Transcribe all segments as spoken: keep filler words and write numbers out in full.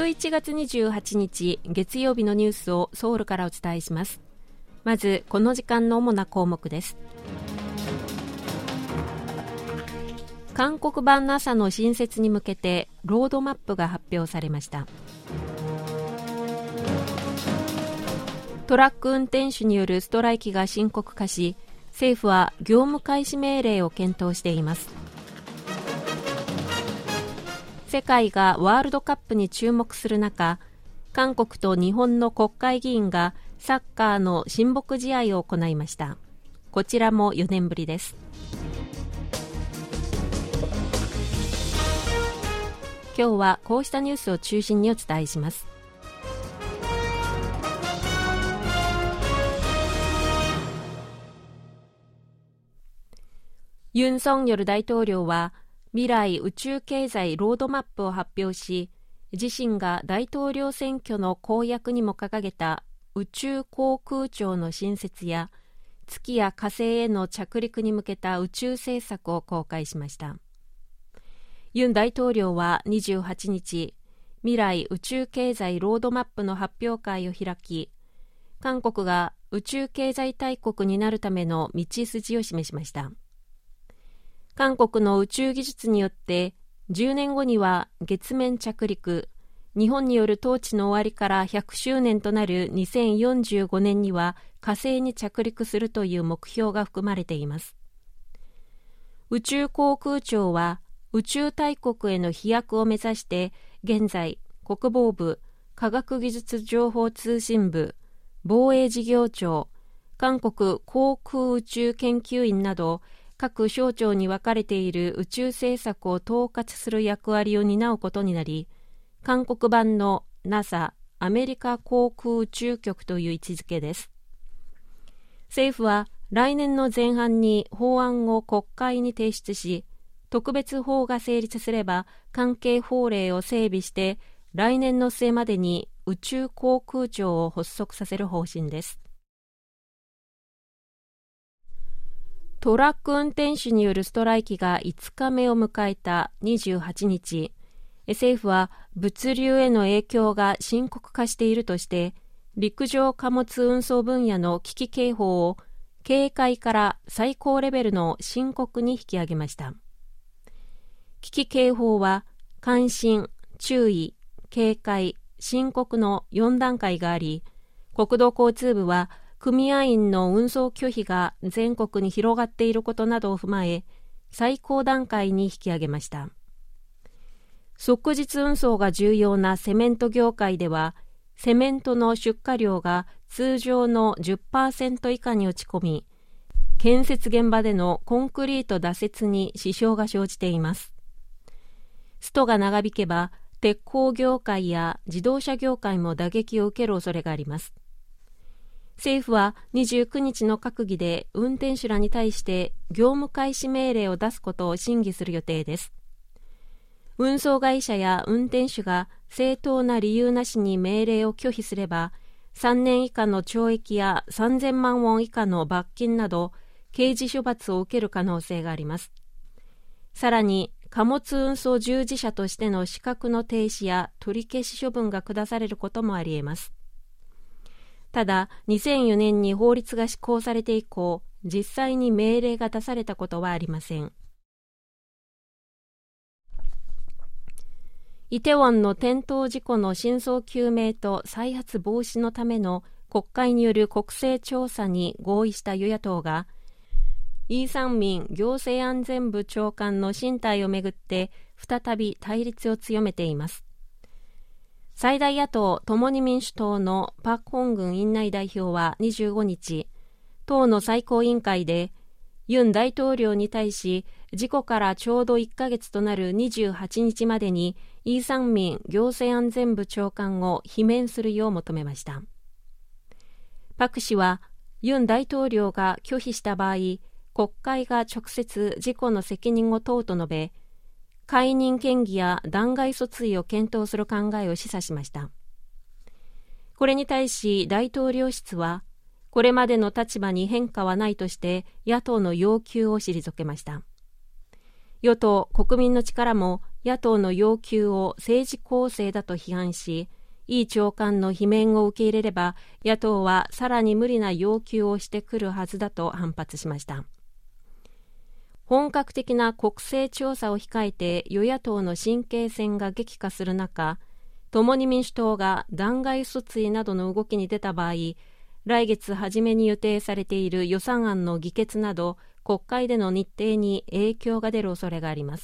いちがつにじゅうはちにち月曜日のニュースをソウルからお伝えします。まずこの時間の主な項目です。韓国版 ナサ の新設に向けてロードマップが発表されました。トラック運転手によるストライキが深刻化し、政府は業務開始命令を検討しています。世界がワールドカップに注目する中、韓国と日本の国会議員がサッカーの親睦試合を行いました。こちらもよねんぶりです。今日はこうしたニュースを中心にお伝えします。ユン・ソンニョル大統領は未来宇宙経済ロードマップを発表し、自身が大統領選挙の公約にも掲げた宇宙航空庁の新設や月や火星への着陸に向けた宇宙政策を公開しました。ユン大統領はにじゅうはちにち、未来宇宙経済ロードマップの発表会を開き、韓国が宇宙経済大国になるための道筋を示しました。韓国の宇宙技術によってじゅうねんごには月面着陸、日本による統治の終わりからひゃくしゅうねんとなるにせんよんじゅうごねんには火星に着陸するという目標が含まれています。宇宙航空庁は宇宙大国への飛躍を目指して現在国防部、科学技術情報通信部、防衛事業庁、韓国航空宇宙研究院など各省庁に分かれている宇宙政策を統括する役割を担うことになり、韓国版の ナサ アメリカ航空宇宙局という位置づけです。政府は来年の前半に法案を国会に提出し、特別法が成立すれば関係法令を整備して来年の末までに宇宙航空庁を発足させる方針です。トラック運転手によるストライキがいつかめを迎えたにじゅうはちにち、政府は物流への影響が深刻化しているとして陸上貨物運送分野の危機警報を警戒から最高レベルの深刻に引き上げました。危機警報は関心、注意、警戒、深刻のよんだんかいがあり、国土交通部は組合員の運送拒否が全国に広がっていることなどを踏まえ、最高段階に引き上げました。即日運送が重要なセメント業界では、セメントの出荷量が通常の じゅっパーセント 以下に落ち込み、建設現場でのコンクリート打設に支障が生じています。ストが長引けば、鉄鋼業界や自動車業界も打撃を受ける恐れがあります。政府はにじゅうくにちの閣議で運転手らに対して業務開始命令を出すことを審議する予定です。運送会社や運転手が正当な理由なしに命令を拒否すれば、さんねん以下の懲役やさんぜんまんウォン以下の罰金など刑事処罰を受ける可能性があります。さらに貨物運送従事者としての資格の停止や取り消し処分が下されることもあり得ます。ただ、にせんよねんに法律が施行されて以降、実際に命令が出されたことはありません。イテウォンの転倒事故の真相究明と再発防止のための国会による国勢調査に合意した与野党が、イ・サンミン行政安全部長官の進退をめぐって再び対立を強めています。最大野党共に民主党のパク・ホングン院内代表はにじゅうごにち、党の最高委員会でユン大統領に対し、事故からちょうどいっかげつとなるにじゅうはちにちまでにイ・サンミン行政安全部長官を罷免するよう求めました。パク氏はユン大統領が拒否した場合、国会が直接事故の責任を問うと述べ、解任権議や弾劾訴追を検討する考えを示唆しました。これに対し大統領室は、これまでの立場に変化はないとして野党の要求を退けました。与党国民の力も野党の要求を政治攻勢だと批判し、イ長官の罷免を受け入れれば野党はさらに無理な要求をしてくるはずだと反発しました。本格的な国勢調査を控えて与野党の神経戦が激化する中、共に民主党が弾劾訴追などの動きに出た場合、来月初めに予定されている予算案の議決など国会での日程に影響が出る恐れがあります。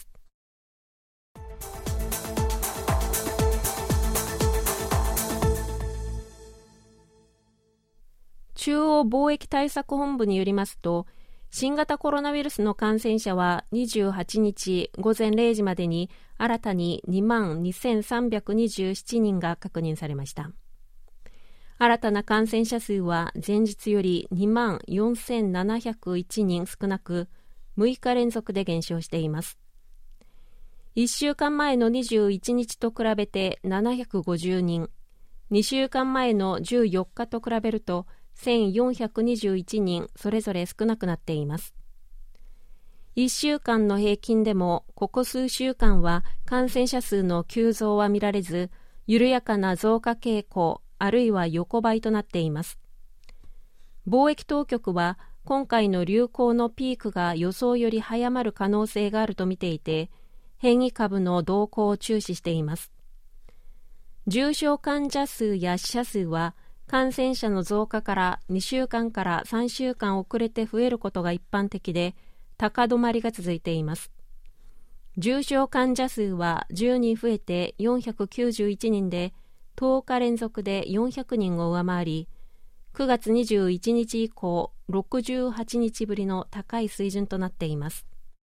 中央貿易対策本部によりますと、新型コロナウイルスの感染者はにじゅうはちにちごぜんれいじまでに新たに にまんにせんさんびゃくにじゅうなな 人が確認されました。新たな感染者数は前日より にまんよんせんななひゃくいち 人少なく、むいか連続で減少しています。いっしゅうかんまえのにじゅういちにちと比べてななひゃくごじゅうにん、にしゅうかんまえのじゅうよっかと比べるとせんよんひゃくにじゅういちにんそれぞれ少なくなっています。いっしゅうかんの平均でもここ数週間は感染者数の急増は見られず、緩やかな増加傾向あるいは横ばいとなっています。貿易当局は今回の流行のピークが予想より早まる可能性があると見ていて、変異株の動向を注視しています。重症患者数や死者数は感染者の増加からにしゅうかんからさんしゅうかん遅れて増えることが一般的で、高止まりが続いています。重症患者数はじゅうにん増えてよんひゃくきゅうじゅういちにんで、とおか連続でよんひゃくにんを上回り、くがつにじゅういちにち以降ろくじゅうはちにちぶりの高い水準となっています。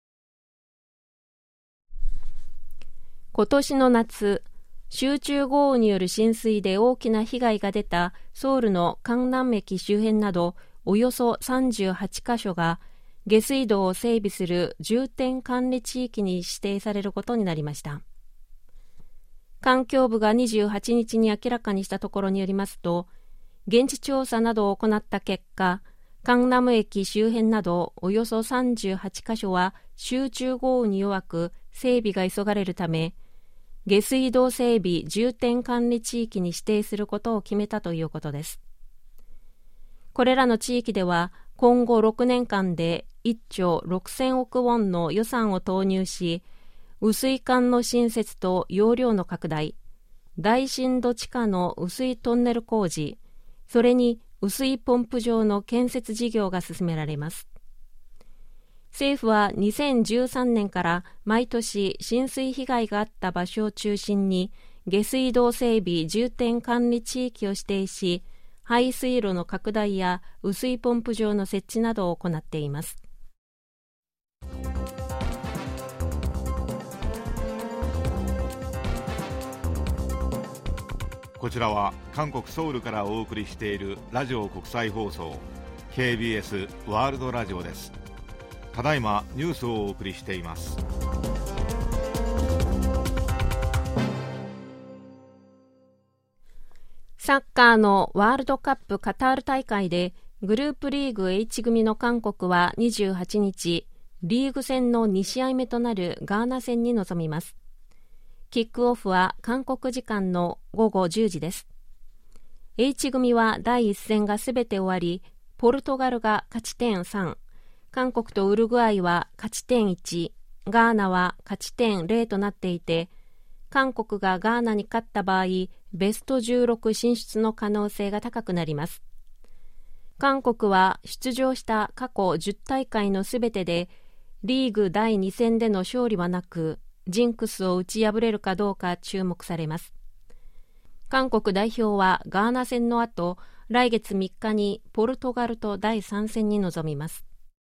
今年の夏、集中豪雨による浸水で大きな被害が出たソウルの江南駅周辺などおよそさんじゅうはちかしょが下水道を整備する重点管理地域に指定されることになりました。環境部がにじゅうはちにちに明らかにしたところによりますと、現地調査などを行った結果、江南駅周辺などおよそさんじゅうはちかしょは集中豪雨に弱く整備が急がれるため、下水道整備重点管理地域に指定することを決めたということです。これらの地域では今後ろくねんかんでいっちょうろくせんおくウォンの予算を投入し、雨水管の新設と容量の拡大、大深度地下の雨水トンネル工事、それに雨水ポンプ場の建設事業が進められます。政府はにせんじゅうさんねんから毎年浸水被害があった場所を中心に下水道整備重点管理地域を指定し、排水路の拡大や雨水ポンプ場の設置などを行っています。 こちらは韓国ソウルからお送りしているラジオ国際放送 ケービーエス ワールドラジオです。ただいまニュースをお送りしています。 サッカーのワールドカップカタール大会でグループリーグ H 組の韓国はにじゅうはちにち、リーグ戦のにしあいめとなるガーナ戦に臨みます。キックオフは韓国時間のごごじゅうじです。H 組はだいいっ戦がすべて終わり、ポルトガルが勝ち点さん、韓国とウルグアイは勝ち点いち、ガーナは勝ち点ゼロとなっていて、韓国がガーナに勝った場合、ベストじゅうろく進出の可能性が高くなります。韓国は出場した過去じゅったいかいのすべてで、リーグだいに戦での勝利はなく、ジンクスを打ち破れるかどうか注目されます。韓国代表はガーナ戦の後、来月みっかにポルトガルとだいさん戦に臨みます。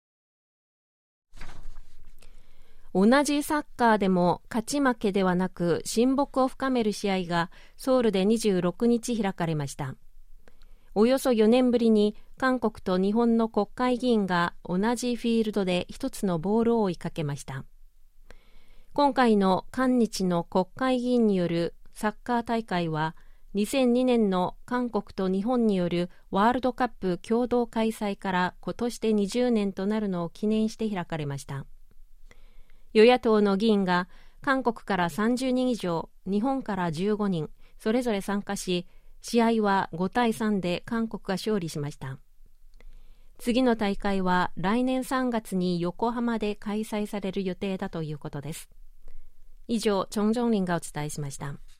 同じサッカーでも勝ち負けではなく親睦を深める試合がソウルでにじゅうろくにち開かれました。およそよねんぶりに韓国と日本の国会議員が同じフィールドで一つのボールを追いかけました。今回の韓日の国会議員によるサッカー大会はにせんにねんの韓国と日本によるワールドカップ共同開催から今年でにじゅうねんとなるのを記念して開かれました。与野党の議員が韓国からさんじゅうにん以上、日本からじゅうごにん、それぞれ参加し、試合はごたいさんで韓国が勝利しました。次の大会は来年さんがつに横浜で開催される予定だということです。以上、チョン・ジョンリンがお伝えしました。